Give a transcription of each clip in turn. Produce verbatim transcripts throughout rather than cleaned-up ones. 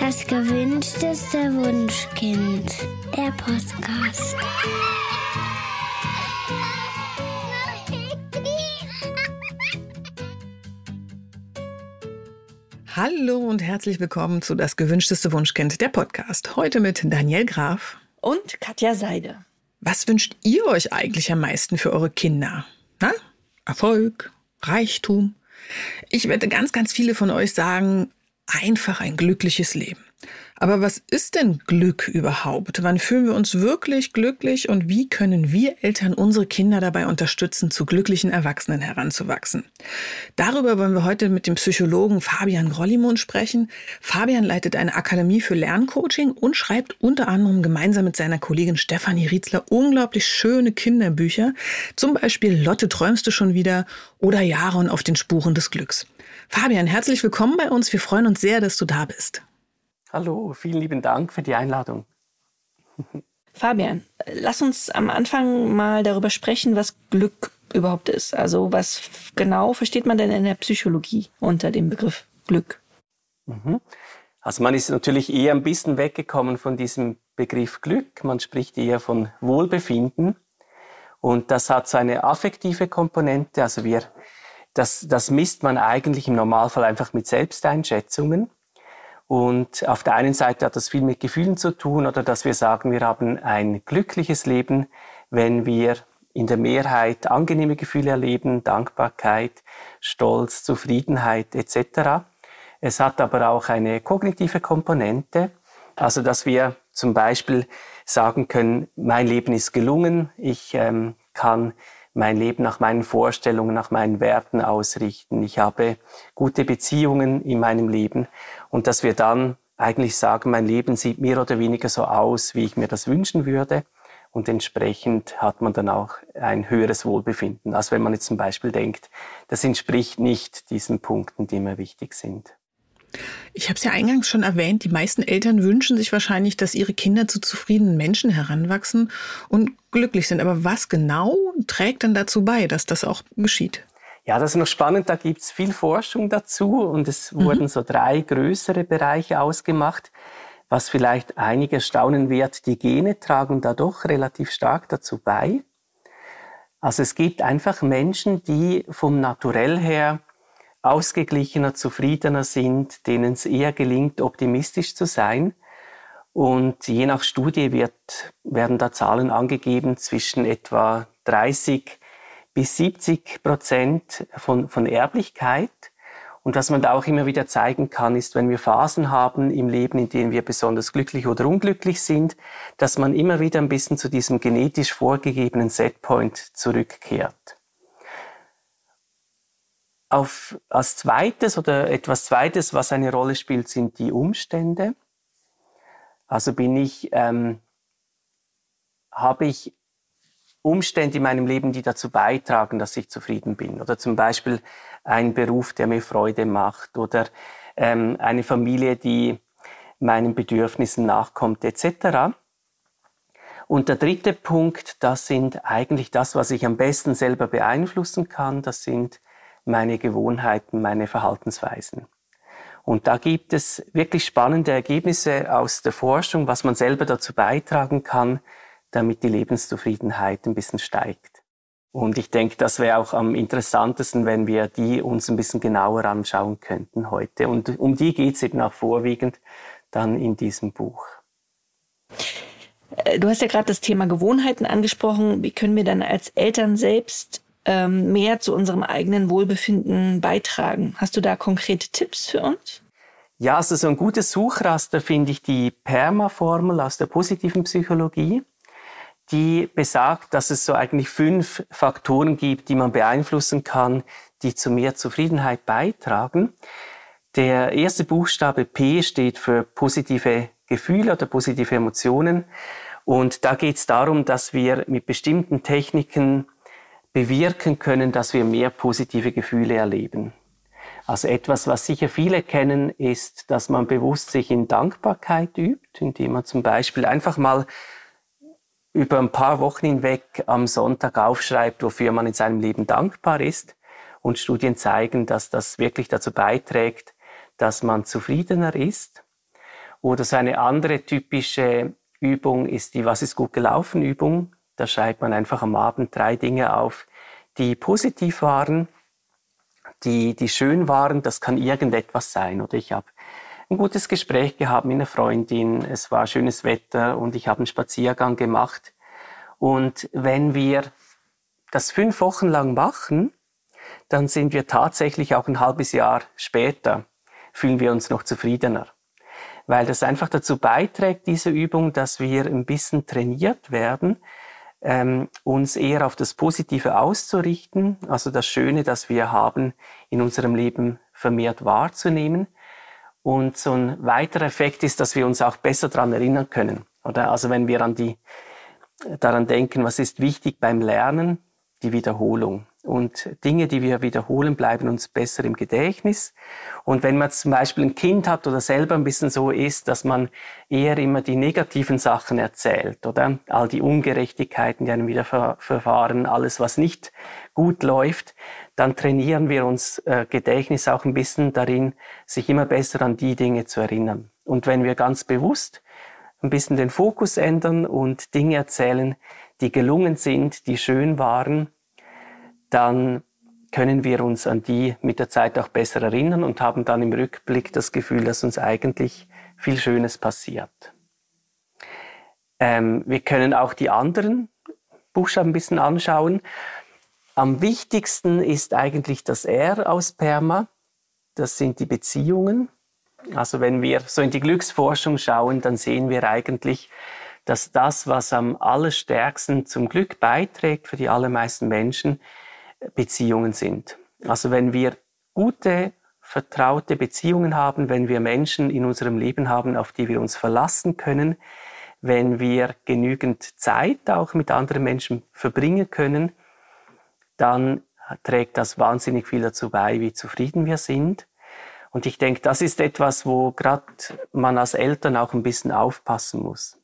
Das gewünschteste Wunschkind, der Podcast. Hallo und herzlich willkommen zu Das gewünschteste Wunschkind, der Podcast. Heute mit Danielle Graf und Katja Seide. Was wünscht ihr euch eigentlich am meisten für eure Kinder? Na? Erfolg, Reichtum? Ich wette, ganz, ganz viele von euch sagen, einfach ein glückliches Leben. Aber was ist denn Glück überhaupt? Wann fühlen wir uns wirklich glücklich und wie können wir Eltern unsere Kinder dabei unterstützen, zu glücklichen Erwachsenen heranzuwachsen? Darüber wollen wir heute mit dem Psychologen Fabian Grollimund sprechen. Fabian leitet eine Akademie für Lerncoaching und schreibt unter anderem gemeinsam mit seiner Kollegin Stefanie Rietzler unglaublich schöne Kinderbücher. Zum Beispiel Lotte, träumst du schon wieder? Oder Jaron auf den Spuren des Glücks. Fabian, herzlich willkommen bei uns. Wir freuen uns sehr, dass du da bist. Hallo, vielen lieben Dank für die Einladung. Fabian, lass uns am Anfang mal darüber sprechen, was Glück überhaupt ist. Also was genau versteht man denn in der Psychologie unter dem Begriff Glück? Also man ist natürlich eher ein bisschen weggekommen von diesem Begriff Glück. Man spricht eher von Wohlbefinden. Und das hat so eine affektive Komponente. Also wir, das, das misst man eigentlich im Normalfall einfach mit Selbsteinschätzungen. Und auf der einen Seite hat das viel mit Gefühlen zu tun, oder dass wir sagen, wir haben ein glückliches Leben, wenn wir in der Mehrheit angenehme Gefühle erleben, Dankbarkeit, Stolz, Zufriedenheit et cetera. Es hat aber auch eine kognitive Komponente, also dass wir zum Beispiel sagen können, mein Leben ist gelungen, ich ähm, kann mein Leben nach meinen Vorstellungen, nach meinen Werten ausrichten. Ich habe gute Beziehungen in meinem Leben und dass wir dann eigentlich sagen, mein Leben sieht mehr oder weniger so aus, wie ich mir das wünschen würde und entsprechend hat man dann auch ein höheres Wohlbefinden. Also wenn man jetzt zum Beispiel denkt, das entspricht nicht diesen Punkten, die mir wichtig sind. Ich habe es ja eingangs schon erwähnt, die meisten Eltern wünschen sich wahrscheinlich, dass ihre Kinder zu zufriedenen Menschen heranwachsen und glücklich sind. Aber was genau trägt dann dazu bei, dass das auch geschieht? Ja, das ist noch spannend, da gibt es viel Forschung dazu und es mhm. wurden so drei größere Bereiche ausgemacht. Was vielleicht einige staunen wird, die Gene tragen da doch relativ stark dazu bei. Also es gibt einfach Menschen, die vom Naturell her ausgeglichener, zufriedener sind, denen es eher gelingt, optimistisch zu sein. Und je nach Studie wird, werden da Zahlen angegeben zwischen etwa dreißig bis siebzig Prozent von, von Erblichkeit. Und was man da auch immer wieder zeigen kann, ist, wenn wir Phasen haben im Leben, in denen wir besonders glücklich oder unglücklich sind, dass man immer wieder ein bisschen zu diesem genetisch vorgegebenen Setpoint zurückkehrt. Auf, als zweites oder etwas zweites, was eine Rolle spielt, sind die Umstände. Also bin ich, ähm, habe ich Umstände in meinem Leben, die dazu beitragen, dass ich zufrieden bin. Oder zum Beispiel ein Beruf, der mir Freude macht oder ähm, eine Familie, die meinen Bedürfnissen nachkommt et cetera. Und der dritte Punkt, das sind eigentlich das, was ich am besten selber beeinflussen kann. Das sind meine Gewohnheiten, meine Verhaltensweisen. Und da gibt es wirklich spannende Ergebnisse aus der Forschung, was man selber dazu beitragen kann, damit die Lebenszufriedenheit ein bisschen steigt. Und ich denke, das wäre auch am interessantesten, wenn wir die uns ein bisschen genauer anschauen könnten heute. Und um die geht es eben auch vorwiegend dann in diesem Buch. Du hast ja gerade das Thema Gewohnheiten angesprochen. Wie können wir dann als Eltern selbst mehr zu unserem eigenen Wohlbefinden beitragen? Hast du da konkrete Tipps für uns? Ja, also so ein gutes Suchraster finde ich die PERMA-Formel aus der positiven Psychologie. Die besagt, dass es so eigentlich fünf Faktoren gibt, die man beeinflussen kann, die zu mehr Zufriedenheit beitragen. Der erste Buchstabe P steht für positive Gefühle oder positive Emotionen. Und da geht es darum, dass wir mit bestimmten Techniken bewirken können, dass wir mehr positive Gefühle erleben. Also etwas, was sicher viele kennen, ist, dass man bewusst sich in Dankbarkeit übt, indem man zum Beispiel einfach mal über ein paar Wochen hinweg am Sonntag aufschreibt, wofür man in seinem Leben dankbar ist. Und Studien zeigen, dass das wirklich dazu beiträgt, dass man zufriedener ist. Oder so eine andere typische Übung ist die Was ist gut gelaufen Übung. Da schreibt man einfach am Abend drei Dinge auf, die positiv waren, die, die schön waren. Das kann irgendetwas sein. Oder ich habe ein gutes Gespräch gehabt mit einer Freundin, es war schönes Wetter und ich habe einen Spaziergang gemacht. Und wenn wir das fünf Wochen lang machen, dann sind wir tatsächlich auch ein halbes Jahr später, fühlen wir uns noch zufriedener. Weil das einfach dazu beiträgt, diese Übung, dass wir ein bisschen trainiert werden, ähm, uns eher auf das Positive auszurichten, also das Schöne, das wir haben, in unserem Leben vermehrt wahrzunehmen. Und so ein weiterer Effekt ist, dass wir uns auch besser daran erinnern können. Oder? Also wenn wir an die, daran denken, was ist wichtig beim Lernen, die Wiederholung. Und Dinge, die wir wiederholen, bleiben uns besser im Gedächtnis. Und wenn man zum Beispiel ein Kind hat oder selber ein bisschen so ist, dass man eher immer die negativen Sachen erzählt, oder? All die Ungerechtigkeiten, die einem widerfahren, alles, was nicht gut läuft, dann trainieren wir uns äh, Gedächtnis auch ein bisschen darin, sich immer besser an die Dinge zu erinnern. Und wenn wir ganz bewusst ein bisschen den Fokus ändern und Dinge erzählen, die gelungen sind, die schön waren, dann können wir uns an die mit der Zeit auch besser erinnern und haben dann im Rückblick das Gefühl, dass uns eigentlich viel Schönes passiert. Ähm, wir können auch die anderen Buchstaben ein bisschen anschauen. Am wichtigsten ist eigentlich das R aus PERMA. Das sind die Beziehungen. Also wenn wir so in die Glücksforschung schauen, dann sehen wir eigentlich, dass das, was am allerstärksten zum Glück beiträgt für die allermeisten Menschen, Beziehungen sind. Also wenn wir gute, vertraute Beziehungen haben, wenn wir Menschen in unserem Leben haben, auf die wir uns verlassen können, wenn wir genügend Zeit auch mit anderen Menschen verbringen können, dann trägt das wahnsinnig viel dazu bei, wie zufrieden wir sind. Und ich denke, das ist etwas, wo gerade man als Eltern auch ein bisschen aufpassen muss.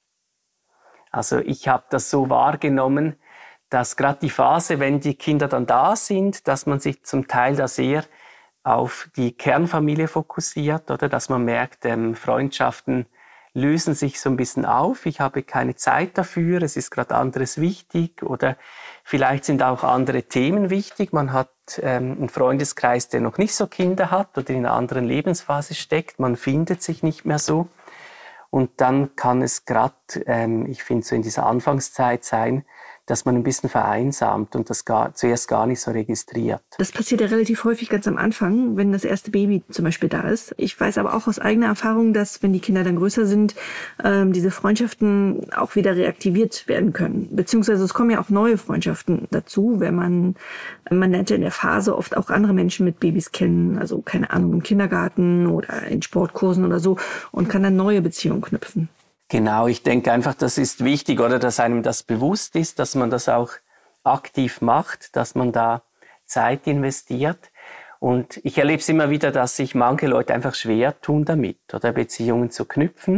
Also ich habe das so wahrgenommen, dass gerade die Phase, wenn die Kinder dann da sind, dass man sich zum Teil da sehr auf die Kernfamilie fokussiert, oder dass man merkt, ähm, Freundschaften lösen sich so ein bisschen auf. Ich habe keine Zeit dafür, es ist gerade anderes wichtig oder vielleicht sind auch andere Themen wichtig. Man hat ähm, einen Freundeskreis, der noch nicht so Kinder hat oder in einer anderen Lebensphase steckt. Man findet sich nicht mehr so. Und dann kann es gerade, ähm, ich finde, so in dieser Anfangszeit sein, dass man ein bisschen vereinsamt und das gar, zuerst gar nicht so registriert. Das passiert ja relativ häufig ganz am Anfang, wenn das erste Baby zum Beispiel da ist. Ich weiß aber auch aus eigener Erfahrung, dass, wenn die Kinder dann größer sind, ähm, diese Freundschaften auch wieder reaktiviert werden können. Beziehungsweise es kommen ja auch neue Freundschaften dazu, wenn man, man lernt ja in der Phase oft auch andere Menschen mit Babys kennen, also keine Ahnung, im Kindergarten oder in Sportkursen oder so, und kann dann neue Beziehungen knüpfen. Genau, ich denke einfach, das ist wichtig, oder, dass einem das bewusst ist, dass man das auch aktiv macht, dass man da Zeit investiert. Und ich erlebe es immer wieder, dass sich manche Leute einfach schwer tun damit, oder Beziehungen zu knüpfen.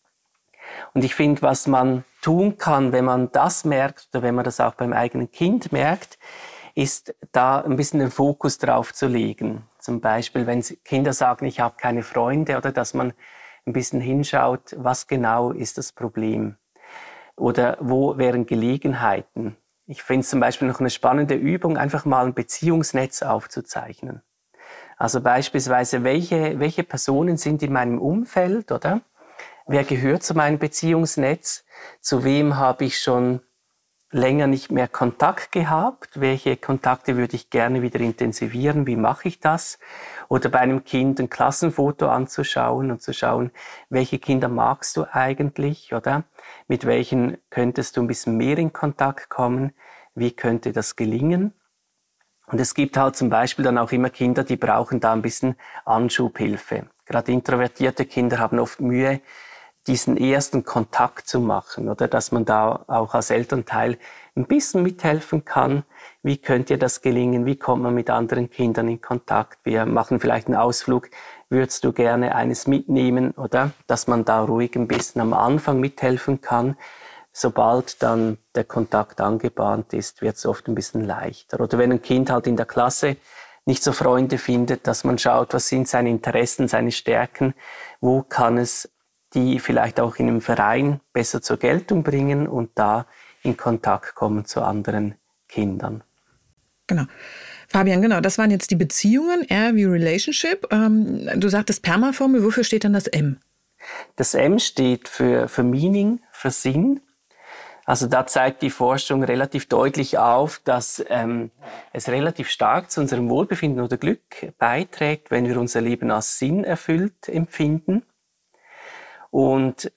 Und ich finde, was man tun kann, wenn man das merkt oder wenn man das auch beim eigenen Kind merkt, ist da ein bisschen den Fokus drauf zu legen. Zum Beispiel, wenn Kinder sagen, ich habe keine Freunde, oder dass man ein bisschen hinschaut, was genau ist das Problem oder wo wären Gelegenheiten. Ich finde es zum Beispiel noch eine spannende Übung, einfach mal ein Beziehungsnetz aufzuzeichnen. Also beispielsweise, welche, welche Personen sind in meinem Umfeld, oder? Wer gehört zu meinem Beziehungsnetz? Zu wem habe ich schon länger nicht mehr Kontakt gehabt? Welche Kontakte würde ich gerne wieder intensivieren? Wie mache ich das? Oder bei einem Kind ein Klassenfoto anzuschauen und zu schauen, welche Kinder magst du eigentlich, oder? Mit welchen könntest du ein bisschen mehr in Kontakt kommen? Wie könnte das gelingen? Und es gibt halt zum Beispiel dann auch immer Kinder, die brauchen da ein bisschen Anschubhilfe. Gerade introvertierte Kinder haben oft Mühe, diesen ersten Kontakt zu machen, oder dass man da auch als Elternteil ein bisschen mithelfen kann. Wie könnte das gelingen? Wie kommt man mit anderen Kindern in Kontakt? Wir machen vielleicht einen Ausflug. Würdest du gerne eines mitnehmen, oder? Dass man da ruhig ein bisschen am Anfang mithelfen kann. Sobald dann der Kontakt angebahnt ist, wird es oft ein bisschen leichter. Oder wenn ein Kind halt in der Klasse nicht so Freunde findet, dass man schaut, was sind seine Interessen, seine Stärken, wo kann es die vielleicht auch in einem Verein besser zur Geltung bringen und da in Kontakt kommen zu anderen Kindern. Genau. Fabian, genau, das waren jetzt die Beziehungen, R wie Relationship. Ähm, du sagtest Perma-Formel, wofür steht dann das M? Das M steht für, für Meaning, für Sinn. Also da zeigt die Forschung relativ deutlich auf, dass ähm, es relativ stark zu unserem Wohlbefinden oder Glück beiträgt, wenn wir unser Leben als sinnerfüllt empfinden. Und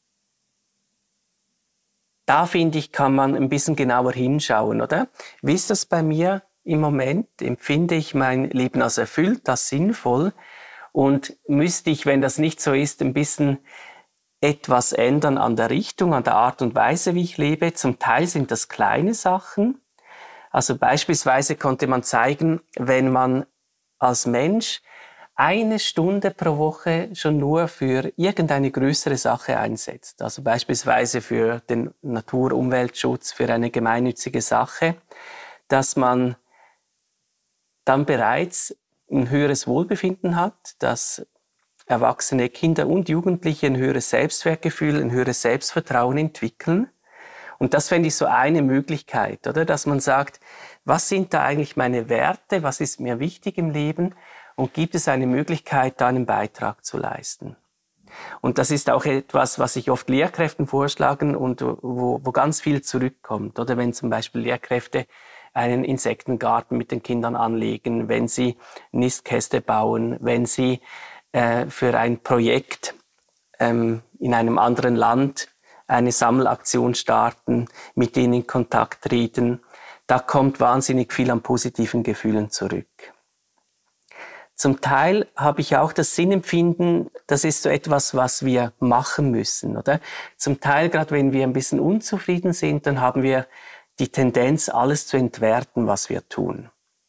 da, finde ich, kann man ein bisschen genauer hinschauen, oder? Wie ist das bei mir im Moment? Empfinde ich mein Leben als erfüllt, als sinnvoll? Und müsste ich, wenn das nicht so ist, ein bisschen etwas ändern an der Richtung, an der Art und Weise, wie ich lebe? Zum Teil sind das kleine Sachen. Also beispielsweise konnte man zeigen, wenn man als Mensch eine Stunde pro Woche schon nur für irgendeine größere Sache einsetzt, also beispielsweise für den Natur-Umweltschutz, für eine gemeinnützige Sache, dass man dann bereits ein höheres Wohlbefinden hat, dass erwachsene Kinder und Jugendliche ein höheres Selbstwertgefühl, ein höheres Selbstvertrauen entwickeln. Und das fände ich so eine Möglichkeit, oder? Dass man sagt, was sind da eigentlich meine Werte, was ist mir wichtig im Leben und gibt es eine Möglichkeit, da einen Beitrag zu leisten? Und das ist auch etwas, was ich oft Lehrkräften vorschlagen und wo, wo ganz viel zurückkommt, oder? Wenn zum Beispiel Lehrkräfte einen Insektengarten mit den Kindern anlegen, wenn sie Nistkäste bauen, wenn sie äh, für ein Projekt ähm, in einem anderen Land eine Sammelaktion starten, mit denen in Kontakt treten, da kommt wahnsinnig viel an positiven Gefühlen zurück. Zum Teil habe ich auch das Sinnempfinden, das ist so etwas, was wir machen müssen, oder? Zum Teil, gerade wenn wir ein bisschen unzufrieden sind, dann haben wir die Tendenz, alles zu entwerten, was wir tun.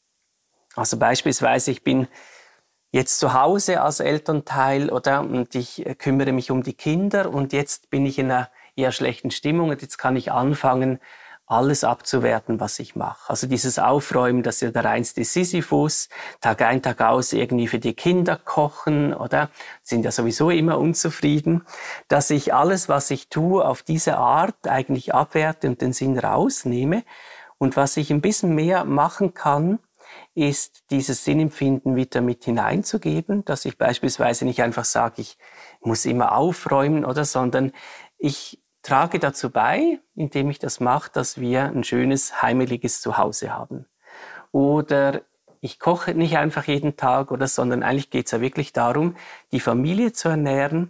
Also beispielsweise, ich bin jetzt zu Hause als Elternteil, oder? Und ich kümmere mich um die Kinder und jetzt bin ich in einer eher schlechten Stimmung und jetzt kann ich anfangen, alles abzuwerten, was ich mache. Also dieses Aufräumen, das ist ja der reinste Sisyphus, Tag ein, Tag aus irgendwie für die Kinder kochen, oder? Sind ja sowieso immer unzufrieden. Dass ich alles, was ich tue, auf diese Art eigentlich abwerte und den Sinn rausnehme. Und was ich ein bisschen mehr machen kann, ist dieses Sinnempfinden wieder mit hineinzugeben, dass ich beispielsweise nicht einfach sage, ich muss immer aufräumen, oder, sondern ich trage dazu bei, indem ich das mache, dass wir ein schönes, heimeliges Zuhause haben. Oder ich koche nicht einfach jeden Tag, oder, sondern eigentlich geht es ja wirklich darum, die Familie zu ernähren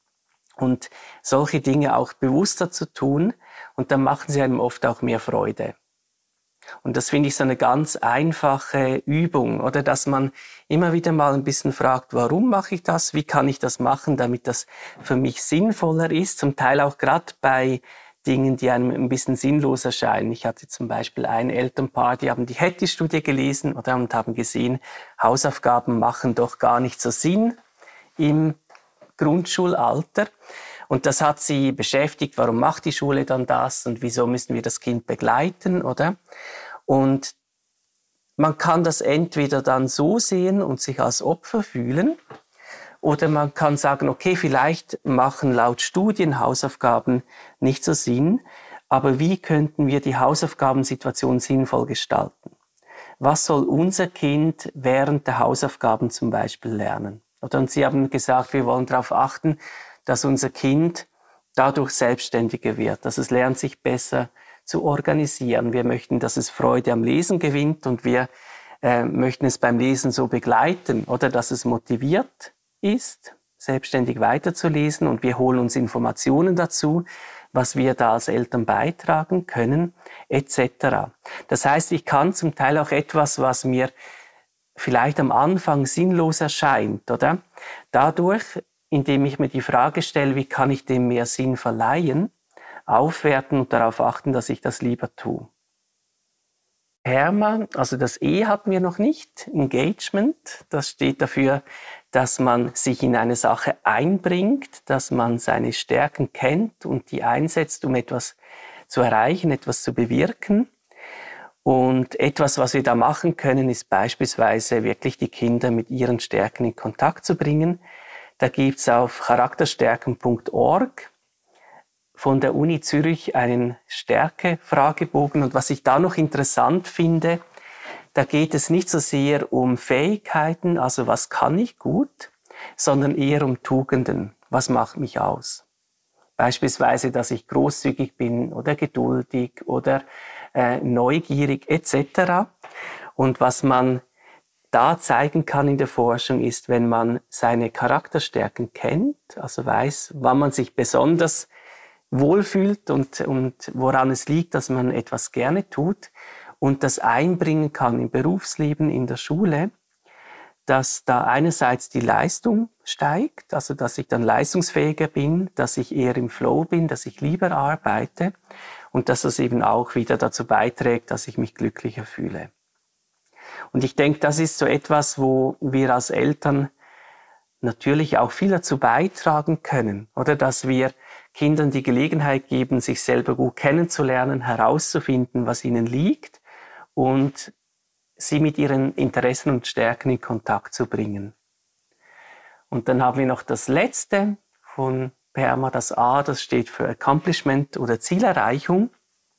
und solche Dinge auch bewusster zu tun. Und dann machen sie einem oft auch mehr Freude. Und das finde ich so eine ganz einfache Übung, oder, dass man immer wieder mal ein bisschen fragt, warum mache ich das, wie kann ich das machen, damit das für mich sinnvoller ist, zum Teil auch gerade bei Dingen, die einem ein bisschen sinnlos erscheinen. Ich hatte zum Beispiel ein Elternpaar, die haben die Hattie-Studie gelesen, oder, und haben gesehen, Hausaufgaben machen doch gar nicht so Sinn im Grundschulalter. Und das hat sie beschäftigt, warum macht die Schule dann das und wieso müssen wir das Kind begleiten, oder? Und man kann das entweder dann so sehen und sich als Opfer fühlen, oder man kann sagen, okay, vielleicht machen laut Studien Hausaufgaben nicht so Sinn, aber wie könnten wir die Hausaufgabensituation sinnvoll gestalten? Was soll unser Kind während der Hausaufgaben zum Beispiel lernen? Oder? Und sie haben gesagt, wir wollen darauf achten, dass unser Kind dadurch selbstständiger wird, dass es lernt, sich besser zu organisieren. Wir möchten, dass es Freude am Lesen gewinnt und wir äh, möchten es beim Lesen so begleiten, oder dass es motiviert ist, selbstständig weiterzulesen und wir holen uns Informationen dazu, was wir da als Eltern beitragen können, et cetera. Das heißt, ich kann zum Teil auch etwas, was mir vielleicht am Anfang sinnlos erscheint, oder? Dadurch, indem ich mir die Frage stelle, wie kann ich dem mehr Sinn verleihen, aufwerten und darauf achten, dass ich das lieber tue. PERMA, also das E hatten wir noch nicht, Engagement, das steht dafür, dass man sich in eine Sache einbringt, dass man seine Stärken kennt und die einsetzt, um etwas zu erreichen, etwas zu bewirken. Und etwas, was wir da machen können, ist beispielsweise wirklich die Kinder mit ihren Stärken in Kontakt zu bringen, Da gibt es auf charakterstärken punkt org von der Uni Zürich einen Stärke-Fragebogen. Und was ich da noch interessant finde, da geht es nicht so sehr um Fähigkeiten, also was kann ich gut, sondern eher um Tugenden. Was macht mich aus? Beispielsweise, dass ich großzügig bin oder geduldig oder äh, neugierig et cetera. Und was man da zeigen kann in der Forschung ist, wenn man seine Charakterstärken kennt, also weiß, wann man sich besonders wohlfühlt und, und woran es liegt, dass man etwas gerne tut und das einbringen kann im Berufsleben, in der Schule, dass da einerseits die Leistung steigt, also dass ich dann leistungsfähiger bin, dass ich eher im Flow bin, dass ich lieber arbeite und dass das eben auch wieder dazu beiträgt, dass ich mich glücklicher fühle. Und ich denke, das ist so etwas, wo wir als Eltern natürlich auch viel dazu beitragen können, oder dass wir Kindern die Gelegenheit geben, sich selber gut kennenzulernen, herauszufinden, was ihnen liegt und sie mit ihren Interessen und Stärken in Kontakt zu bringen. Und dann haben wir noch das Letzte von PERMA, das A, das steht für Accomplishment oder Zielerreichung.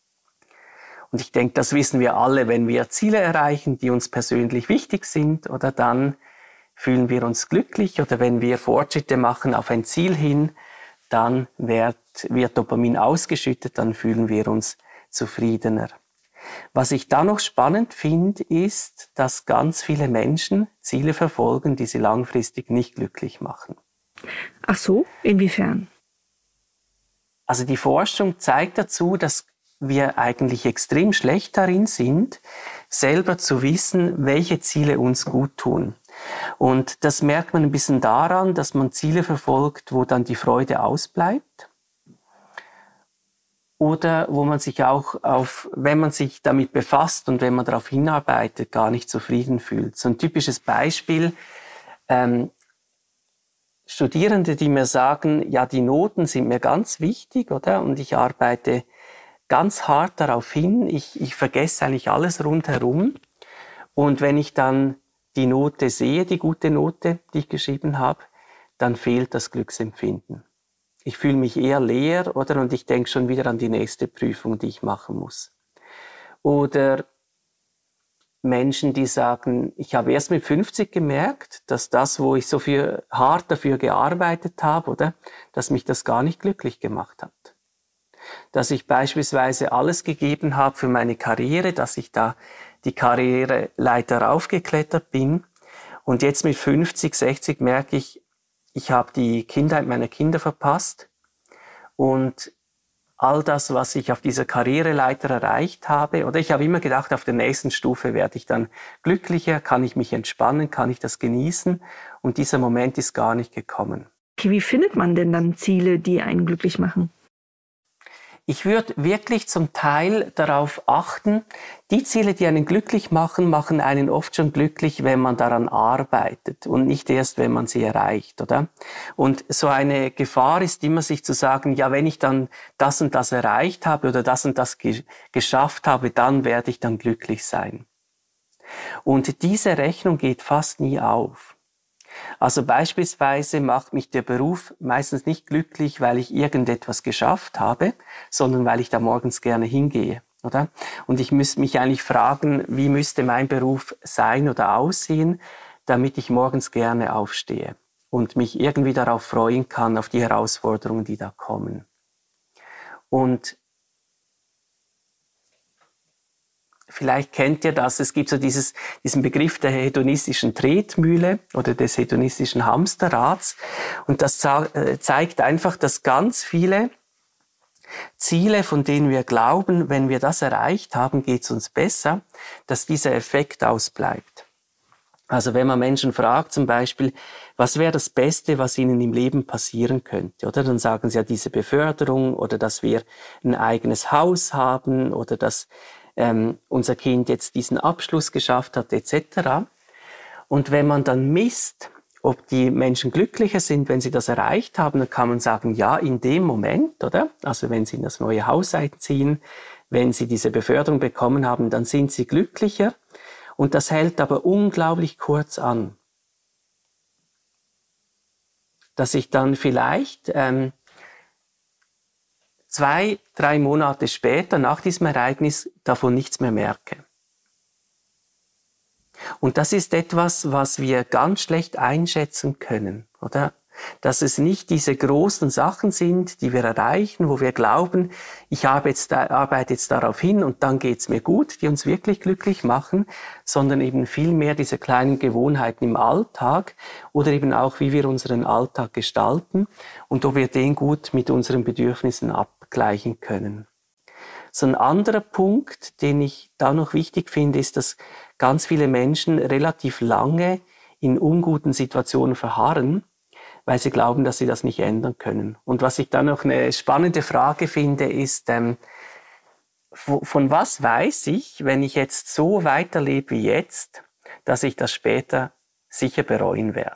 Und ich denke, das wissen wir alle, wenn wir Ziele erreichen, die uns persönlich wichtig sind, oder dann fühlen wir uns glücklich, oder wenn wir Fortschritte machen auf ein Ziel hin, dann wird, wird Dopamin ausgeschüttet, dann fühlen wir uns zufriedener. Was ich da noch spannend finde, ist, dass ganz viele Menschen Ziele verfolgen, die sie langfristig nicht glücklich machen. Ach so, inwiefern? Also die Forschung zeigt dazu, dass wir eigentlich extrem schlecht darin sind, selber zu wissen, welche Ziele uns gut tun. Und das merkt man ein bisschen daran, dass man Ziele verfolgt, wo dann die Freude ausbleibt. Oder wo man sich auch, auf, wenn man sich damit befasst und wenn man darauf hinarbeitet, gar nicht zufrieden fühlt. So ein typisches Beispiel, ähm, Studierende, die mir sagen, ja, die Noten sind mir ganz wichtig, oder? Und ich arbeite ganz hart darauf hin, ich, ich vergesse eigentlich alles rundherum. Und wenn ich dann die Note sehe, die gute Note, die ich geschrieben habe, dann fehlt das Glücksempfinden. Ich fühle mich eher leer, oder? Und ich denke schon wieder an die nächste Prüfung, die ich machen muss. Oder Menschen, die sagen, ich habe erst mit fünfzig gemerkt, dass das, wo ich so viel hart dafür gearbeitet habe, oder? Dass mich das gar nicht glücklich gemacht hat. Dass ich beispielsweise alles gegeben habe für meine Karriere, dass ich da die Karriereleiter raufgeklettert bin. Und jetzt mit fünfzig, sechzig merke ich, ich habe die Kindheit meiner Kinder verpasst. Und all das, was ich auf dieser Karriereleiter erreicht habe, oder ich habe immer gedacht, auf der nächsten Stufe werde ich dann glücklicher, kann ich mich entspannen, kann ich das genießen. Und dieser Moment ist gar nicht gekommen. Okay, wie findet man denn dann Ziele, die einen glücklich machen? Ich würde wirklich zum Teil darauf achten, die Ziele, die einen glücklich machen, machen einen oft schon glücklich, wenn man daran arbeitet und nicht erst, wenn man sie erreicht, oder? Und so eine Gefahr ist immer, sich zu sagen, ja, wenn ich dann das und das erreicht habe oder das und das ge- geschafft habe, dann werde ich dann glücklich sein. Und diese Rechnung geht fast nie auf. Also beispielsweise macht mich der Beruf meistens nicht glücklich, weil ich irgendetwas geschafft habe, sondern weil ich da morgens gerne hingehe, oder? Und ich müsste mich eigentlich fragen, wie müsste mein Beruf sein oder aussehen, damit ich morgens gerne aufstehe und mich irgendwie darauf freuen kann, auf die Herausforderungen, die da kommen. Und vielleicht kennt ihr das, es gibt so dieses, diesen Begriff der hedonistischen Tretmühle oder des hedonistischen Hamsterrads. Und das zeigt einfach, dass ganz viele Ziele, von denen wir glauben, wenn wir das erreicht haben, geht es uns besser, dass dieser Effekt ausbleibt. Also wenn man Menschen fragt zum Beispiel, was wäre das Beste, was ihnen im Leben passieren könnte, oder? Dann sagen sie ja diese Beförderung oder dass wir ein eigenes Haus haben oder dass ähm, unser Kind jetzt diesen Abschluss geschafft hat et cetera. Und wenn man dann misst, ob die Menschen glücklicher sind, wenn sie das erreicht haben, dann kann man sagen, ja, in dem Moment, oder? Also wenn sie in das neue Haus einziehen, wenn sie diese Beförderung bekommen haben, dann sind sie glücklicher. Und das hält aber unglaublich kurz an. dass ich dann vielleicht ähm, zwei, drei Monate später nach diesem Ereignis davon nichts mehr merke. Und das ist etwas, was wir ganz schlecht einschätzen können, oder? Dass es nicht diese großen Sachen sind, die wir erreichen, wo wir glauben, ich habe jetzt, arbeite jetzt darauf hin und dann geht's mir gut, die uns wirklich glücklich machen, sondern eben vielmehr diese kleinen Gewohnheiten im Alltag oder eben auch, wie wir unseren Alltag gestalten und ob wir den gut mit unseren Bedürfnissen abgleichen können. So ein anderer Punkt, den ich da noch wichtig finde, ist, dass ganz viele Menschen relativ lange in unguten Situationen verharren, weil sie glauben, dass sie das nicht ändern können. Und was ich da noch eine spannende Frage finde, ist, ähm, von was weiß ich, wenn ich jetzt so weiterlebe wie jetzt, dass ich das später sicher bereuen werde?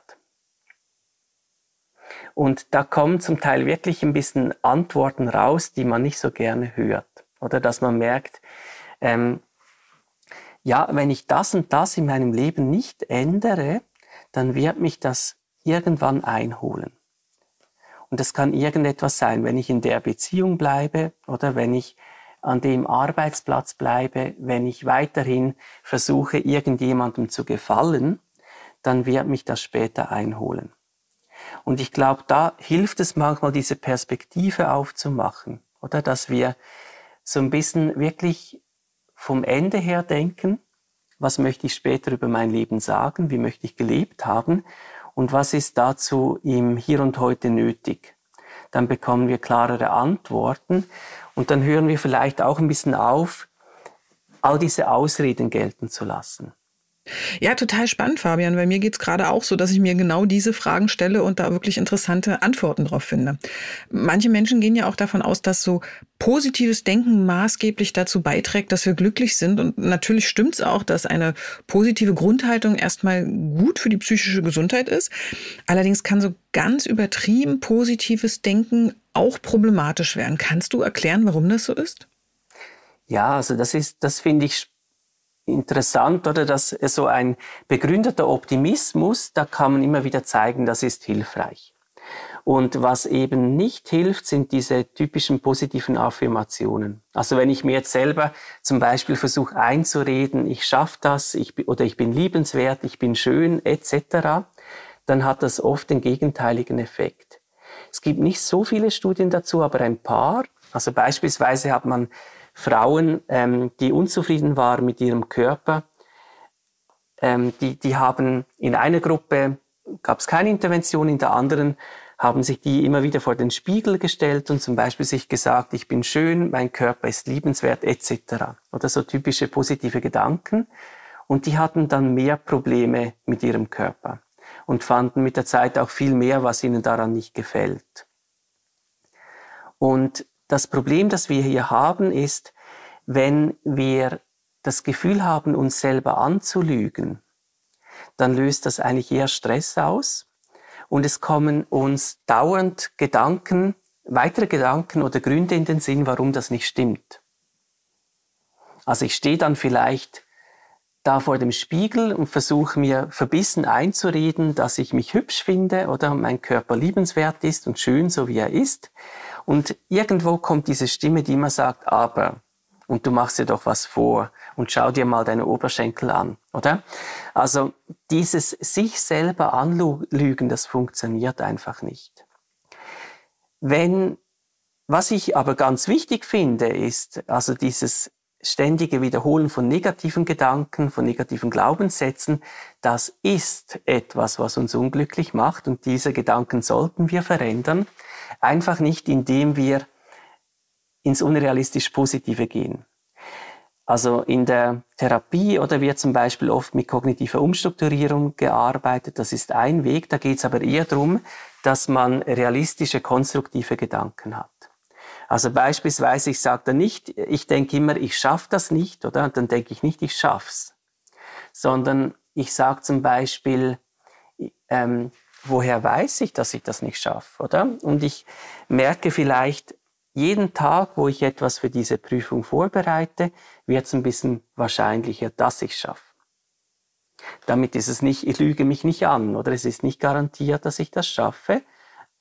Und da kommen zum Teil wirklich ein bisschen Antworten raus, die man nicht so gerne hört. Oder dass man merkt, ähm, ja, wenn ich das und das in meinem Leben nicht ändere, dann wird mich das irgendwann einholen. Und das kann irgendetwas sein, wenn ich in der Beziehung bleibe oder wenn ich an dem Arbeitsplatz bleibe, wenn ich weiterhin versuche, irgendjemandem zu gefallen, dann wird mich das später einholen. Und ich glaube, da hilft es manchmal, diese Perspektive aufzumachen, oder dass wir so ein bisschen wirklich vom Ende her denken, was möchte ich später über mein Leben sagen, wie möchte ich gelebt haben und was ist dazu im Hier und Heute nötig. Dann bekommen wir klarere Antworten und dann hören wir vielleicht auch ein bisschen auf, all diese Ausreden gelten zu lassen. Ja, total spannend, Fabian, weil mir geht's gerade auch so, dass ich mir genau diese Fragen stelle und da wirklich interessante Antworten drauf finde. Manche Menschen gehen ja auch davon aus, dass so positives Denken maßgeblich dazu beiträgt, dass wir glücklich sind. Und natürlich stimmt's auch, dass eine positive Grundhaltung erstmal gut für die psychische Gesundheit ist. Allerdings kann so ganz übertrieben positives Denken auch problematisch werden. Kannst du erklären, warum das so ist? Ja, also das ist, das finde ich interessant, oder, dass so ein begründeter Optimismus, da kann man immer wieder zeigen, das ist hilfreich. Und was eben nicht hilft, sind diese typischen positiven Affirmationen. Also wenn ich mir jetzt selber zum Beispiel versuche einzureden, ich schaffe das, ich, oder ich bin liebenswert, ich bin schön, et cetera, dann hat das oft den gegenteiligen Effekt. Es gibt nicht so viele Studien dazu, aber ein paar. Also beispielsweise hat man Frauen, ähm, die unzufrieden waren mit ihrem Körper, ähm, die, die haben in einer Gruppe, gab es keine Intervention, in der anderen haben sich die immer wieder vor den Spiegel gestellt und zum Beispiel sich gesagt, ich bin schön, mein Körper ist liebenswert, et cetera. Oder so typische positive Gedanken. Und die hatten dann mehr Probleme mit ihrem Körper und fanden mit der Zeit auch viel mehr, was ihnen daran nicht gefällt. Und das Problem, das wir hier haben, ist, wenn wir das Gefühl haben, uns selber anzulügen, dann löst das eigentlich eher Stress aus und es kommen uns dauernd Gedanken, weitere Gedanken oder Gründe in den Sinn, warum das nicht stimmt. Also ich stehe dann vielleicht da vor dem Spiegel und versuche mir verbissen einzureden, dass ich mich hübsch finde oder mein Körper liebenswert ist und schön, so wie er ist. Und irgendwo kommt diese Stimme, die immer sagt, aber, und du machst dir doch was vor und schau dir mal deine Oberschenkel an, oder? Also dieses sich selber anlügen, das funktioniert einfach nicht. Wenn, was ich aber ganz wichtig finde, ist also dieses ständige Wiederholen von negativen Gedanken, von negativen Glaubenssätzen, das ist etwas, was uns unglücklich macht und diese Gedanken sollten wir verändern. Einfach nicht, indem wir ins unrealistisch Positive gehen. Also in der Therapie oder wird zum Beispiel oft mit kognitiver Umstrukturierung gearbeitet. Das ist ein Weg. Da geht es aber eher darum, dass man realistische, konstruktive Gedanken hat. Also beispielsweise, ich sage dann nicht, ich denke immer, ich schaffe das nicht, oder? Und dann denke ich nicht, ich schaff's. Sondern ich sage zum Beispiel, ähm, woher weiß ich, dass ich das nicht schaffe, oder? Und ich merke vielleicht, jeden Tag, wo ich etwas für diese Prüfung vorbereite, wird es ein bisschen wahrscheinlicher, dass ich es schaffe. Damit ist es nicht, ich lüge mich nicht an, oder es ist nicht garantiert, dass ich das schaffe,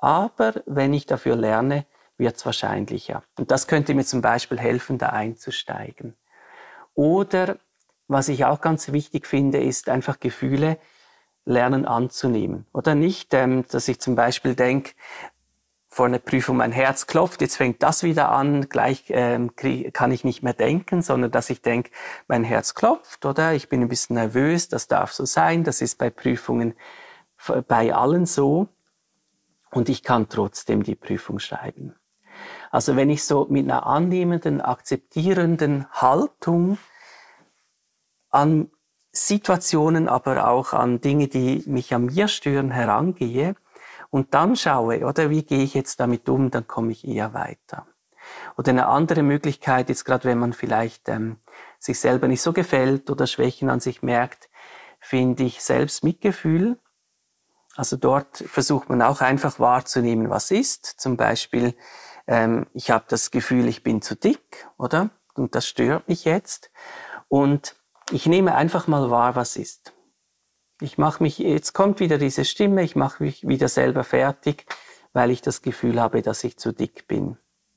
aber wenn ich dafür lerne, wird es wahrscheinlicher. Und das könnte mir zum Beispiel helfen, da einzusteigen. Oder was ich auch ganz wichtig finde, ist einfach Gefühle lernen anzunehmen. Oder nicht, ähm, dass ich zum Beispiel denke, vor einer Prüfung mein Herz klopft, jetzt fängt das wieder an, gleich ähm, krieg, kann ich nicht mehr denken, sondern dass ich denke, mein Herz klopft, oder ich bin ein bisschen nervös, das darf so sein, das ist bei Prüfungen bei allen so und ich kann trotzdem die Prüfung schreiben. Also wenn ich so mit einer annehmenden, akzeptierenden Haltung an Situationen, aber auch an Dinge, die mich an mir stören, herangehe und dann schaue, oder wie gehe ich jetzt damit um, dann komme ich eher weiter. Oder eine andere Möglichkeit ist, gerade wenn man vielleicht ähm, sich selber nicht so gefällt oder Schwächen an sich merkt, finde ich Selbstmitgefühl. Also dort versucht man auch einfach wahrzunehmen, was ist. Zum Beispiel, ähm, ich habe das Gefühl, ich bin zu dick, oder? Und das stört mich jetzt. Und ich nehme einfach mal wahr, was ist. Ich mache mich, jetzt kommt wieder diese Stimme, ich mache mich wieder selber fertig, weil ich das Gefühl habe, dass ich zu dick bin.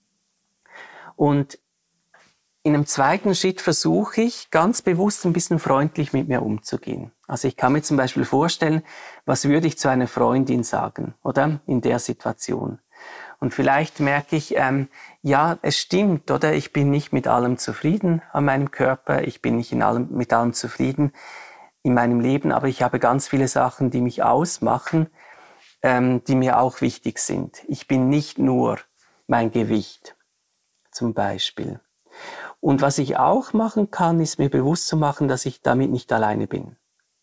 Und in einem zweiten Schritt versuche ich, ganz bewusst ein bisschen freundlich mit mir umzugehen. Also ich kann mir zum Beispiel vorstellen, was würde ich zu einer Freundin sagen, oder? In der Situation. Und vielleicht merke ich, ähm, ja, es stimmt, oder? Ich bin nicht mit allem zufrieden an meinem Körper, ich bin nicht in allem, mit allem zufrieden in meinem Leben, aber ich habe ganz viele Sachen, die mich ausmachen, ähm, die mir auch wichtig sind. Ich bin nicht nur mein Gewicht, zum Beispiel. Und was ich auch machen kann, ist mir bewusst zu machen, dass ich damit nicht alleine bin.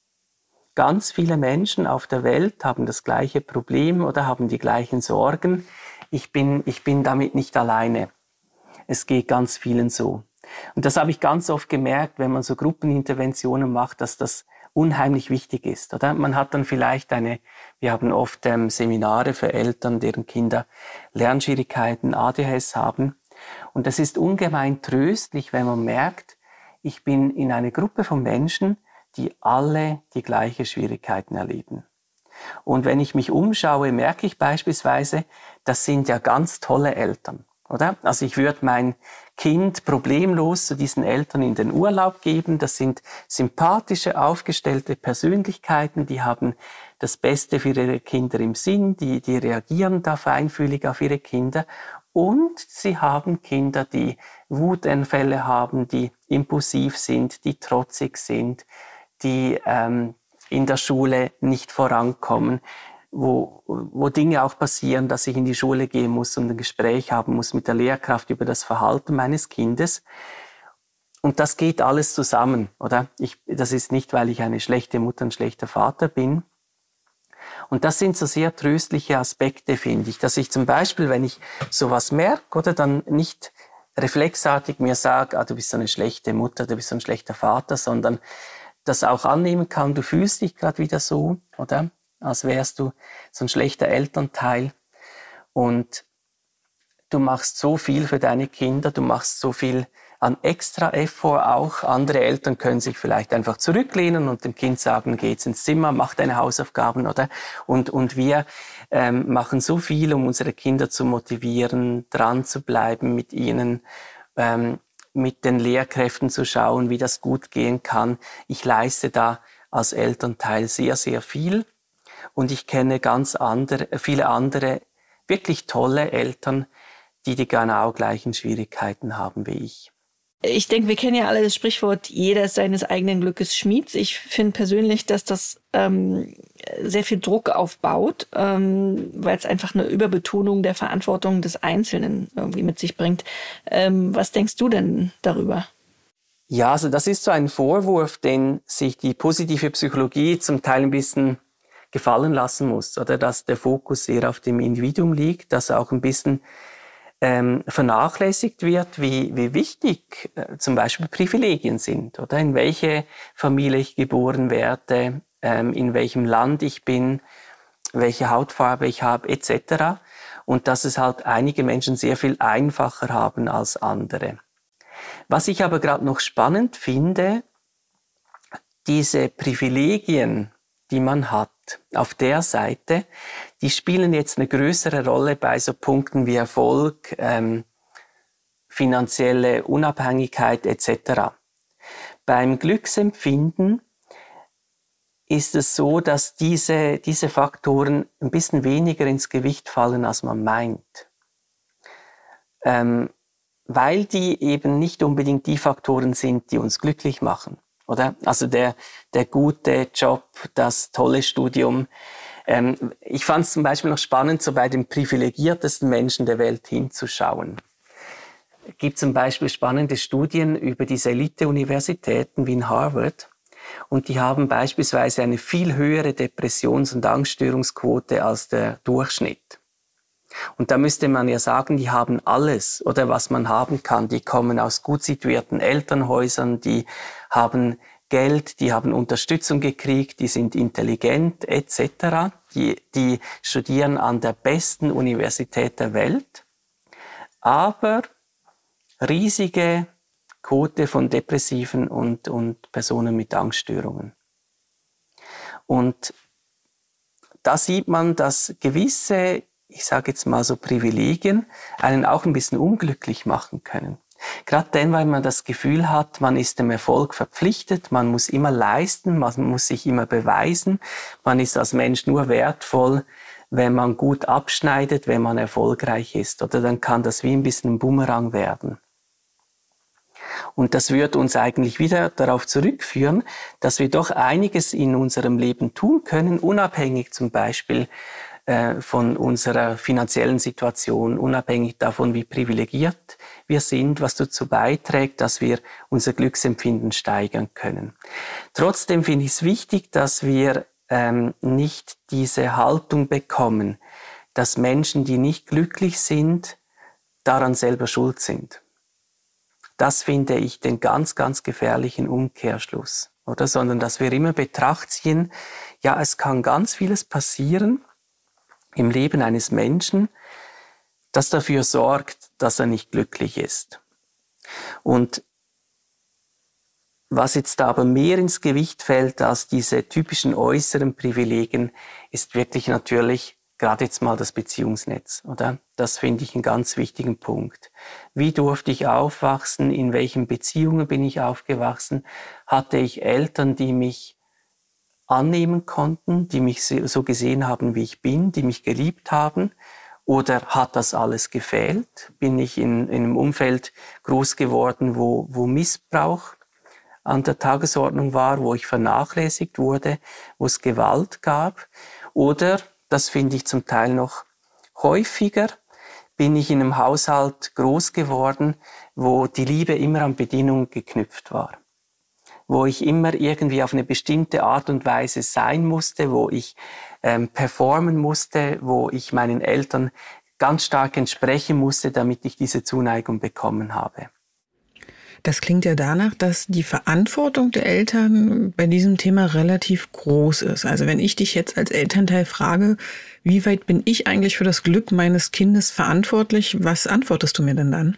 Ganz viele Menschen auf der Welt haben das gleiche Problem oder haben die gleichen Sorgen. Ich bin, ich bin damit nicht alleine. Es geht ganz vielen so. Und das habe ich ganz oft gemerkt, wenn man so Gruppeninterventionen macht, dass das unheimlich wichtig ist, oder? Man hat dann vielleicht eine, wir haben oft ähm, Seminare für Eltern, deren Kinder Lernschwierigkeiten, A D H S haben. Und das ist ungemein tröstlich, wenn man merkt, ich bin in einer Gruppe von Menschen, die alle die gleichen Schwierigkeiten erleben. Und wenn ich mich umschaue, merke ich beispielsweise, das sind ja ganz tolle Eltern, oder? Also ich würde mein Kind problemlos zu diesen Eltern in den Urlaub geben. Das sind sympathische, aufgestellte Persönlichkeiten, die haben das Beste für ihre Kinder im Sinn, die, die reagieren da feinfühlig auf ihre Kinder. Und sie haben Kinder, die Wutanfälle haben, die impulsiv sind, die trotzig sind, die ähm, in der Schule nicht vorankommen, wo, wo Dinge auch passieren, dass ich in die Schule gehen muss und ein Gespräch haben muss mit der Lehrkraft über das Verhalten meines Kindes. Und das geht alles zusammen, oder? Ich, das ist nicht, weil ich eine schlechte Mutter, ein schlechter Vater bin. Und das sind so sehr tröstliche Aspekte, finde ich, dass ich zum Beispiel, wenn ich sowas merke, oder dann nicht reflexartig mir sage, ah, du bist so eine schlechte Mutter, du bist so ein schlechter Vater, sondern das auch annehmen kann, du fühlst dich gerade wieder so, oder? Als wärst du so ein schlechter Elternteil und du machst so viel für deine Kinder, du machst so viel an extra Effort auch. Andere Eltern können sich vielleicht einfach zurücklehnen und dem Kind sagen, geh jetzt ins Zimmer, mach deine Hausaufgaben, oder? Und, und wir ähm, machen so viel, um unsere Kinder zu motivieren, dran zu bleiben mit ihnen, ähm, mit den Lehrkräften zu schauen, wie das gut gehen kann. Ich leiste da als Elternteil sehr, sehr viel. Und ich kenne ganz andere, viele andere wirklich tolle Eltern, die die genau gleichen Schwierigkeiten haben wie ich. Ich denke, wir kennen ja alle das Sprichwort, jeder ist seines eigenen Glückes Schmied. Ich finde persönlich, dass das ähm, sehr viel Druck aufbaut, ähm, weil es einfach eine Überbetonung der Verantwortung des Einzelnen irgendwie mit sich bringt. Ähm, was denkst du denn darüber? Ja, also das ist so ein Vorwurf, den sich die positive Psychologie zum Teil ein bisschen gefallen lassen muss, oder dass der Fokus sehr auf dem Individuum liegt, dass auch ein bisschen ähm, vernachlässigt wird, wie, wie wichtig äh, zum Beispiel Privilegien sind, oder in welche Familie ich geboren werde, ähm, in welchem Land ich bin, welche Hautfarbe ich habe, et cetera. Und dass es halt einige Menschen sehr viel einfacher haben als andere. Was ich aber gerade noch spannend finde, diese Privilegien, die man hat, auf der Seite, die spielen jetzt eine größere Rolle bei so Punkten wie Erfolg, ähm, finanzielle Unabhängigkeit et cetera. Beim Glücksempfinden ist es so, dass diese, diese Faktoren ein bisschen weniger ins Gewicht fallen, als man meint. Ähm, weil die eben nicht unbedingt die Faktoren sind, die uns glücklich machen, oder? Also der, der gute Job, das tolle Studium. Ähm, ich fand es zum Beispiel noch spannend, so bei den privilegiertesten Menschen der Welt hinzuschauen. Es gibt zum Beispiel spannende Studien über diese Elite-Universitäten wie in Harvard. Und die haben beispielsweise eine viel höhere Depressions- und Angststörungsquote als der Durchschnitt. Und da müsste man ja sagen, die haben alles, oder was man haben kann. Die kommen aus gut situierten Elternhäusern, die haben Geld, die haben Unterstützung gekriegt, die sind intelligent et cetera. Die, die studieren an der besten Universität der Welt. Aber riesige Quote von Depressiven und, und Personen mit Angststörungen. Und da sieht man, dass gewisse, ich sage jetzt mal so Privilegien, einen auch ein bisschen unglücklich machen können. Gerade dann, weil man das Gefühl hat, man ist dem Erfolg verpflichtet, man muss immer leisten, man muss sich immer beweisen, man ist als Mensch nur wertvoll, wenn man gut abschneidet, wenn man erfolgreich ist. Oder dann kann das wie ein bisschen ein Bumerang werden. Und das wird uns eigentlich wieder darauf zurückführen, dass wir doch einiges in unserem Leben tun können, unabhängig zum Beispiel äh, von unserer finanziellen Situation, unabhängig davon, wie privilegiert wir sind, was dazu beiträgt, dass wir unser Glücksempfinden steigern können. Trotzdem finde ich es wichtig, dass wir ähm, nicht diese Haltung bekommen, dass Menschen, die nicht glücklich sind, daran selber schuld sind. Das finde ich den ganz, ganz gefährlichen Umkehrschluss, oder? Sondern, dass wir immer Betracht ziehen, ja, es kann ganz vieles passieren im Leben eines Menschen, das dafür sorgt, dass er nicht glücklich ist. Und was jetzt aber mehr ins Gewicht fällt als diese typischen äußeren Privilegien, ist wirklich natürlich gerade jetzt mal das Beziehungsnetz, oder? Das finde ich einen ganz wichtigen Punkt. Wie durfte ich aufwachsen? In welchen Beziehungen bin ich aufgewachsen? Hatte ich Eltern, die mich annehmen konnten, die mich so gesehen haben, wie ich bin, die mich geliebt haben? Oder hat das alles gefehlt? Bin ich in, in einem Umfeld groß geworden, wo, wo Missbrauch an der Tagesordnung war, wo ich vernachlässigt wurde, wo es Gewalt gab? Oder, das finde ich zum Teil noch häufiger, bin ich in einem Haushalt groß geworden, wo die Liebe immer an Bedingungen geknüpft war. Wo ich immer irgendwie auf eine bestimmte Art und Weise sein musste, wo ich ähm, performen musste, wo ich meinen Eltern ganz stark entsprechen musste, damit ich diese Zuneigung bekommen habe. Das klingt ja danach, dass die Verantwortung der Eltern bei diesem Thema relativ groß ist. Also wenn ich dich jetzt als Elternteil frage, wie weit bin ich eigentlich für das Glück meines Kindes verantwortlich, was antwortest du mir denn dann?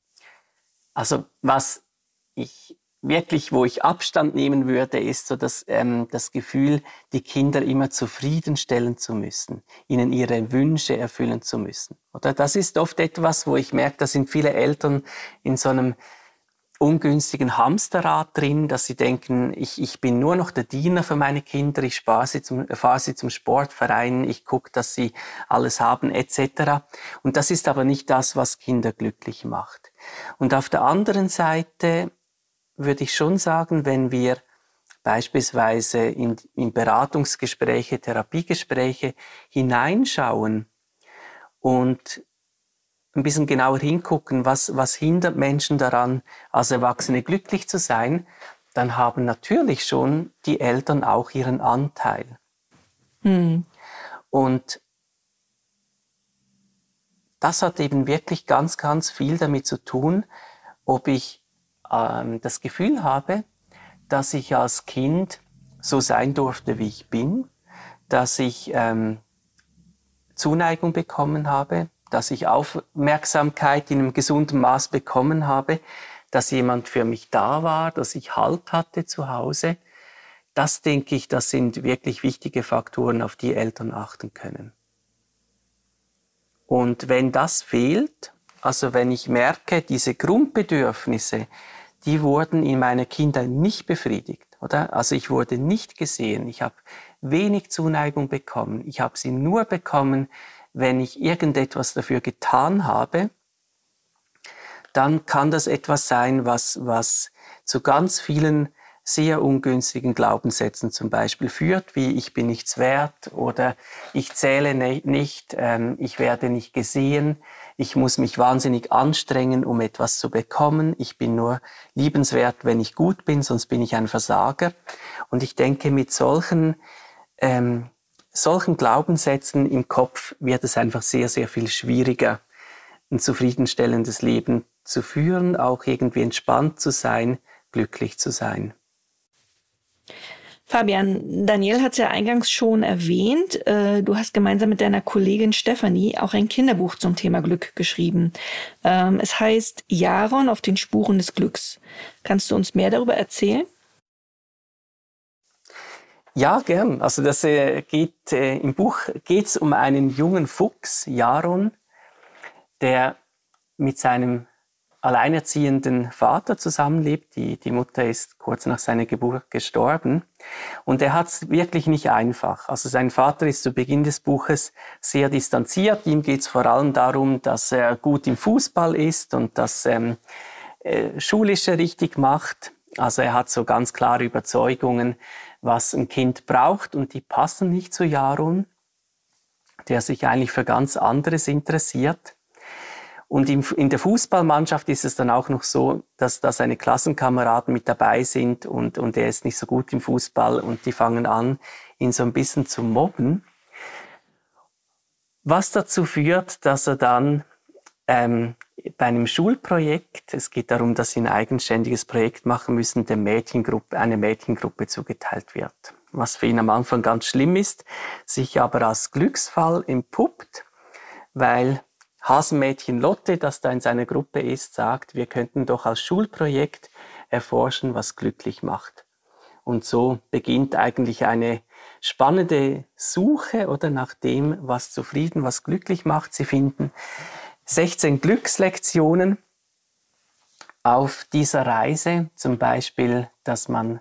Also was ich wirklich, wo ich Abstand nehmen würde, ist so das, ähm, das Gefühl, die Kinder immer zufriedenstellen zu müssen, ihnen ihre Wünsche erfüllen zu müssen. Oder das ist oft etwas, wo ich merke, da sind viele Eltern in so einem ungünstigen Hamsterrad drin, dass sie denken, ich, ich bin nur noch der Diener für meine Kinder, ich spare sie zum, fahre sie zum Sportverein, ich gucke, dass sie alles haben et cetera. Und das ist aber nicht das, was Kinder glücklich macht. Und auf der anderen Seite würde ich schon sagen, wenn wir beispielsweise in, in Beratungsgespräche, Therapiegespräche hineinschauen und ein bisschen genauer hingucken, was, was hindert Menschen daran, als Erwachsene glücklich zu sein, dann haben natürlich schon die Eltern auch ihren Anteil. Hm. Und das hat eben wirklich ganz, ganz viel damit zu tun, ob ich ähm, das Gefühl habe, dass ich als Kind so sein durfte, wie ich bin, dass ich ähm, Zuneigung bekommen habe, dass ich Aufmerksamkeit in einem gesunden Maß bekommen habe, dass jemand für mich da war, dass ich Halt hatte zu Hause. Das denke ich, das sind wirklich wichtige Faktoren, auf die Eltern achten können. Und wenn das fehlt, also wenn ich merke, diese Grundbedürfnisse, die wurden in meiner Kindheit nicht befriedigt, oder? Also ich wurde nicht gesehen, ich habe wenig Zuneigung bekommen, ich habe sie nur bekommen, wenn ich irgendetwas dafür getan habe, dann kann das etwas sein, was, was zu ganz vielen sehr ungünstigen Glaubenssätzen zum Beispiel führt, wie ich bin nichts wert oder ich zähle ne- nicht, ähm, ich werde nicht gesehen, ich muss mich wahnsinnig anstrengen, um etwas zu bekommen, ich bin nur liebenswert, wenn ich gut bin, sonst bin ich ein Versager. Und ich denke, mit solchen, ähm, solchen Glaubenssätzen im Kopf wird es einfach sehr, sehr viel schwieriger, ein zufriedenstellendes Leben zu führen, auch irgendwie entspannt zu sein, glücklich zu sein. Fabian, Daniel hat es ja eingangs schon erwähnt. Du hast gemeinsam mit deiner Kollegin Stefanie auch ein Kinderbuch zum Thema Glück geschrieben. Es heißt Jaron auf den Spuren des Glücks. Kannst du uns mehr darüber erzählen? Ja, gern. Also das äh, geht äh, im Buch geht es um einen jungen Fuchs, Jaron, der mit seinem alleinerziehenden Vater zusammenlebt. Die, die Mutter ist kurz nach seiner Geburt gestorben. Und er hat es wirklich nicht einfach. Also sein Vater ist zu Beginn des Buches sehr distanziert. Ihm geht es vor allem darum, dass er gut im Fußball ist und das ähm, äh, Schulische richtig macht. Also er hat so ganz klare Überzeugungen, was ein Kind braucht, und die passen nicht zu Jaron, der sich eigentlich für ganz anderes interessiert. Und in der Fußballmannschaft ist es dann auch noch so, dass da seine Klassenkameraden mit dabei sind und, und er ist nicht so gut im Fußball und die fangen an, ihn so ein bisschen zu mobben. Was dazu führt, dass er dann ähm, bei einem Schulprojekt, es geht darum, dass sie ein eigenständiges Projekt machen müssen, der Mädchengruppe, eine Mädchengruppe zugeteilt wird. Was für ihn am Anfang ganz schlimm ist, sich aber als Glücksfall entpuppt, weil Hasenmädchen Lotte, das da in seiner Gruppe ist, sagt, wir könnten doch als Schulprojekt erforschen, was glücklich macht. Und so beginnt eigentlich eine spannende Suche oder nach dem, was zufrieden, was glücklich macht. Sie finden sechzehn Glückslektionen auf dieser Reise, zum Beispiel, dass man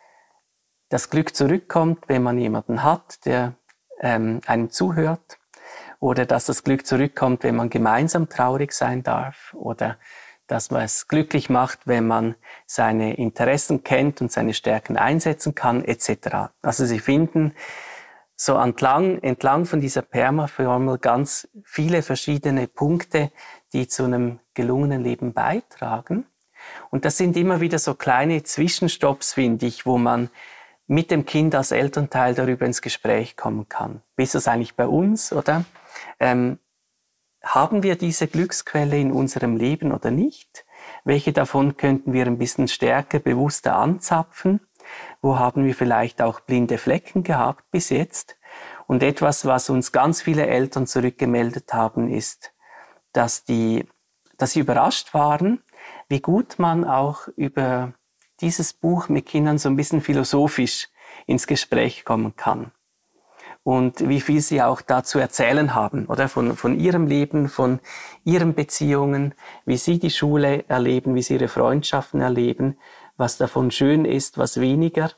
das Glück zurückkommt, wenn man jemanden hat, der ähm, einem zuhört. Oder dass das Glück zurückkommt, wenn man gemeinsam traurig sein darf. Oder dass man es glücklich macht, wenn man seine Interessen kennt und seine Stärken einsetzen kann, et cetera. Also sie finden so entlang, entlang von dieser Perma-Formel ganz viele verschiedene Punkte, die zu einem gelungenen Leben beitragen. Und das sind immer wieder so kleine Zwischenstopps, finde ich, wo man mit dem Kind als Elternteil darüber ins Gespräch kommen kann. Wie ist das eigentlich bei uns, oder? Ähm, haben wir diese Glücksquelle in unserem Leben oder nicht? Welche davon könnten wir ein bisschen stärker, bewusster anzapfen? Wo haben wir vielleicht auch blinde Flecken gehabt bis jetzt? Und etwas, was uns ganz viele Eltern zurückgemeldet haben, ist, dass, die, dass sie überrascht waren, wie gut man auch über dieses Buch mit Kindern so ein bisschen philosophisch ins Gespräch kommen kann. Und wie viel sie auch dazu erzählen haben, oder? Von, von ihrem Leben, von ihren Beziehungen, wie sie die Schule erleben, wie sie ihre Freundschaften erleben, was davon schön ist, was weniger,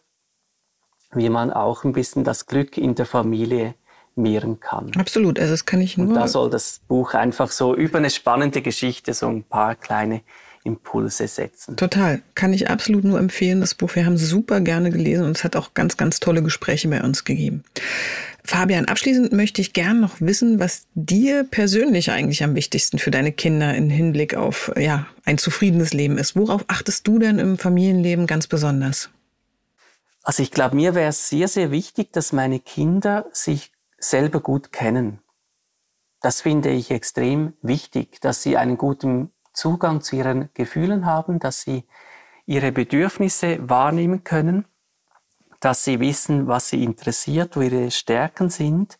wie man auch ein bisschen das Glück in der Familie mehren kann. Absolut, also das kann ich nur... Und da soll das Buch einfach so über eine spannende Geschichte so ein paar kleine Impulse setzen. Total, kann ich absolut nur empfehlen, das Buch. Wir haben es super gerne gelesen und es hat auch ganz, ganz tolle Gespräche bei uns gegeben. Fabian, abschließend möchte ich gern noch wissen, was dir persönlich eigentlich am wichtigsten für deine Kinder im Hinblick auf ja, ein zufriedenes Leben ist. Worauf achtest du denn im Familienleben ganz besonders? Also ich glaube, mir wäre es sehr, sehr wichtig, dass meine Kinder sich selber gut kennen. Das finde ich extrem wichtig, dass sie einen guten Zugang zu ihren Gefühlen haben, dass sie ihre Bedürfnisse wahrnehmen können, dass sie wissen, was sie interessiert, wo ihre Stärken sind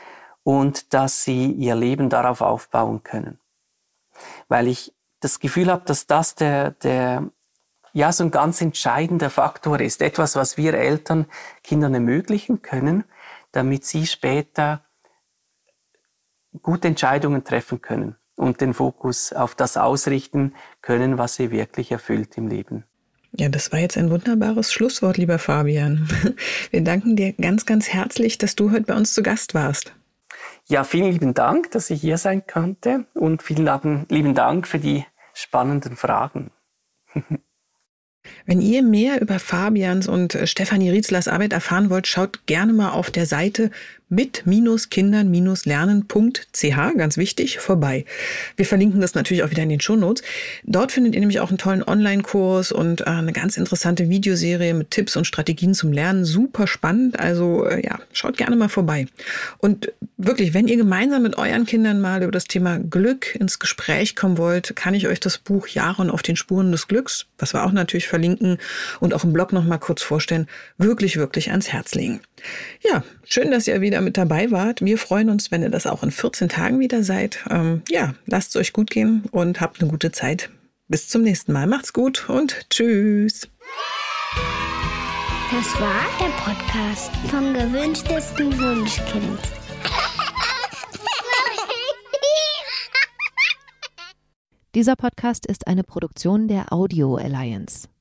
und dass sie ihr Leben darauf aufbauen können. Weil ich das Gefühl habe, dass das der, der, ja, so ein ganz entscheidender Faktor ist. Etwas, was wir Eltern Kindern ermöglichen können, damit sie später gute Entscheidungen treffen können und den Fokus auf das ausrichten können, was sie wirklich erfüllt im Leben. Ja, das war jetzt ein wunderbares Schlusswort, lieber Fabian. Wir danken dir ganz, ganz herzlich, dass du heute bei uns zu Gast warst. Ja, vielen lieben Dank, dass ich hier sein konnte und vielen lieben Dank für die spannenden Fragen. Wenn ihr mehr über Fabians und Stefanie Rietzlers Arbeit erfahren wollt, schaut gerne mal auf der Seite mit Kindern lernen punkt c h, ganz wichtig, vorbei. Wir verlinken das natürlich auch wieder in den Shownotes. Dort findet ihr nämlich auch einen tollen Online-Kurs und eine ganz interessante Videoserie mit Tipps und Strategien zum Lernen. Super spannend, also ja, schaut gerne mal vorbei. Und wirklich, wenn ihr gemeinsam mit euren Kindern mal über das Thema Glück ins Gespräch kommen wollt, kann ich euch das Buch Jaron auf den Spuren des Glücks, was wir auch natürlich verlinken und auch im Blog noch mal kurz vorstellen, wirklich, wirklich ans Herz legen. Ja, schön, dass ihr wieder mit dabei wart. Wir freuen uns, wenn ihr das auch in vierzehn Tagen wieder seid. Ähm, ja, lasst es euch gut gehen und habt eine gute Zeit. Bis zum nächsten Mal. Macht's gut und tschüss. Das war der Podcast vom gewünschtesten Wunschkind. Dieser Podcast ist eine Produktion der Audio Alliance.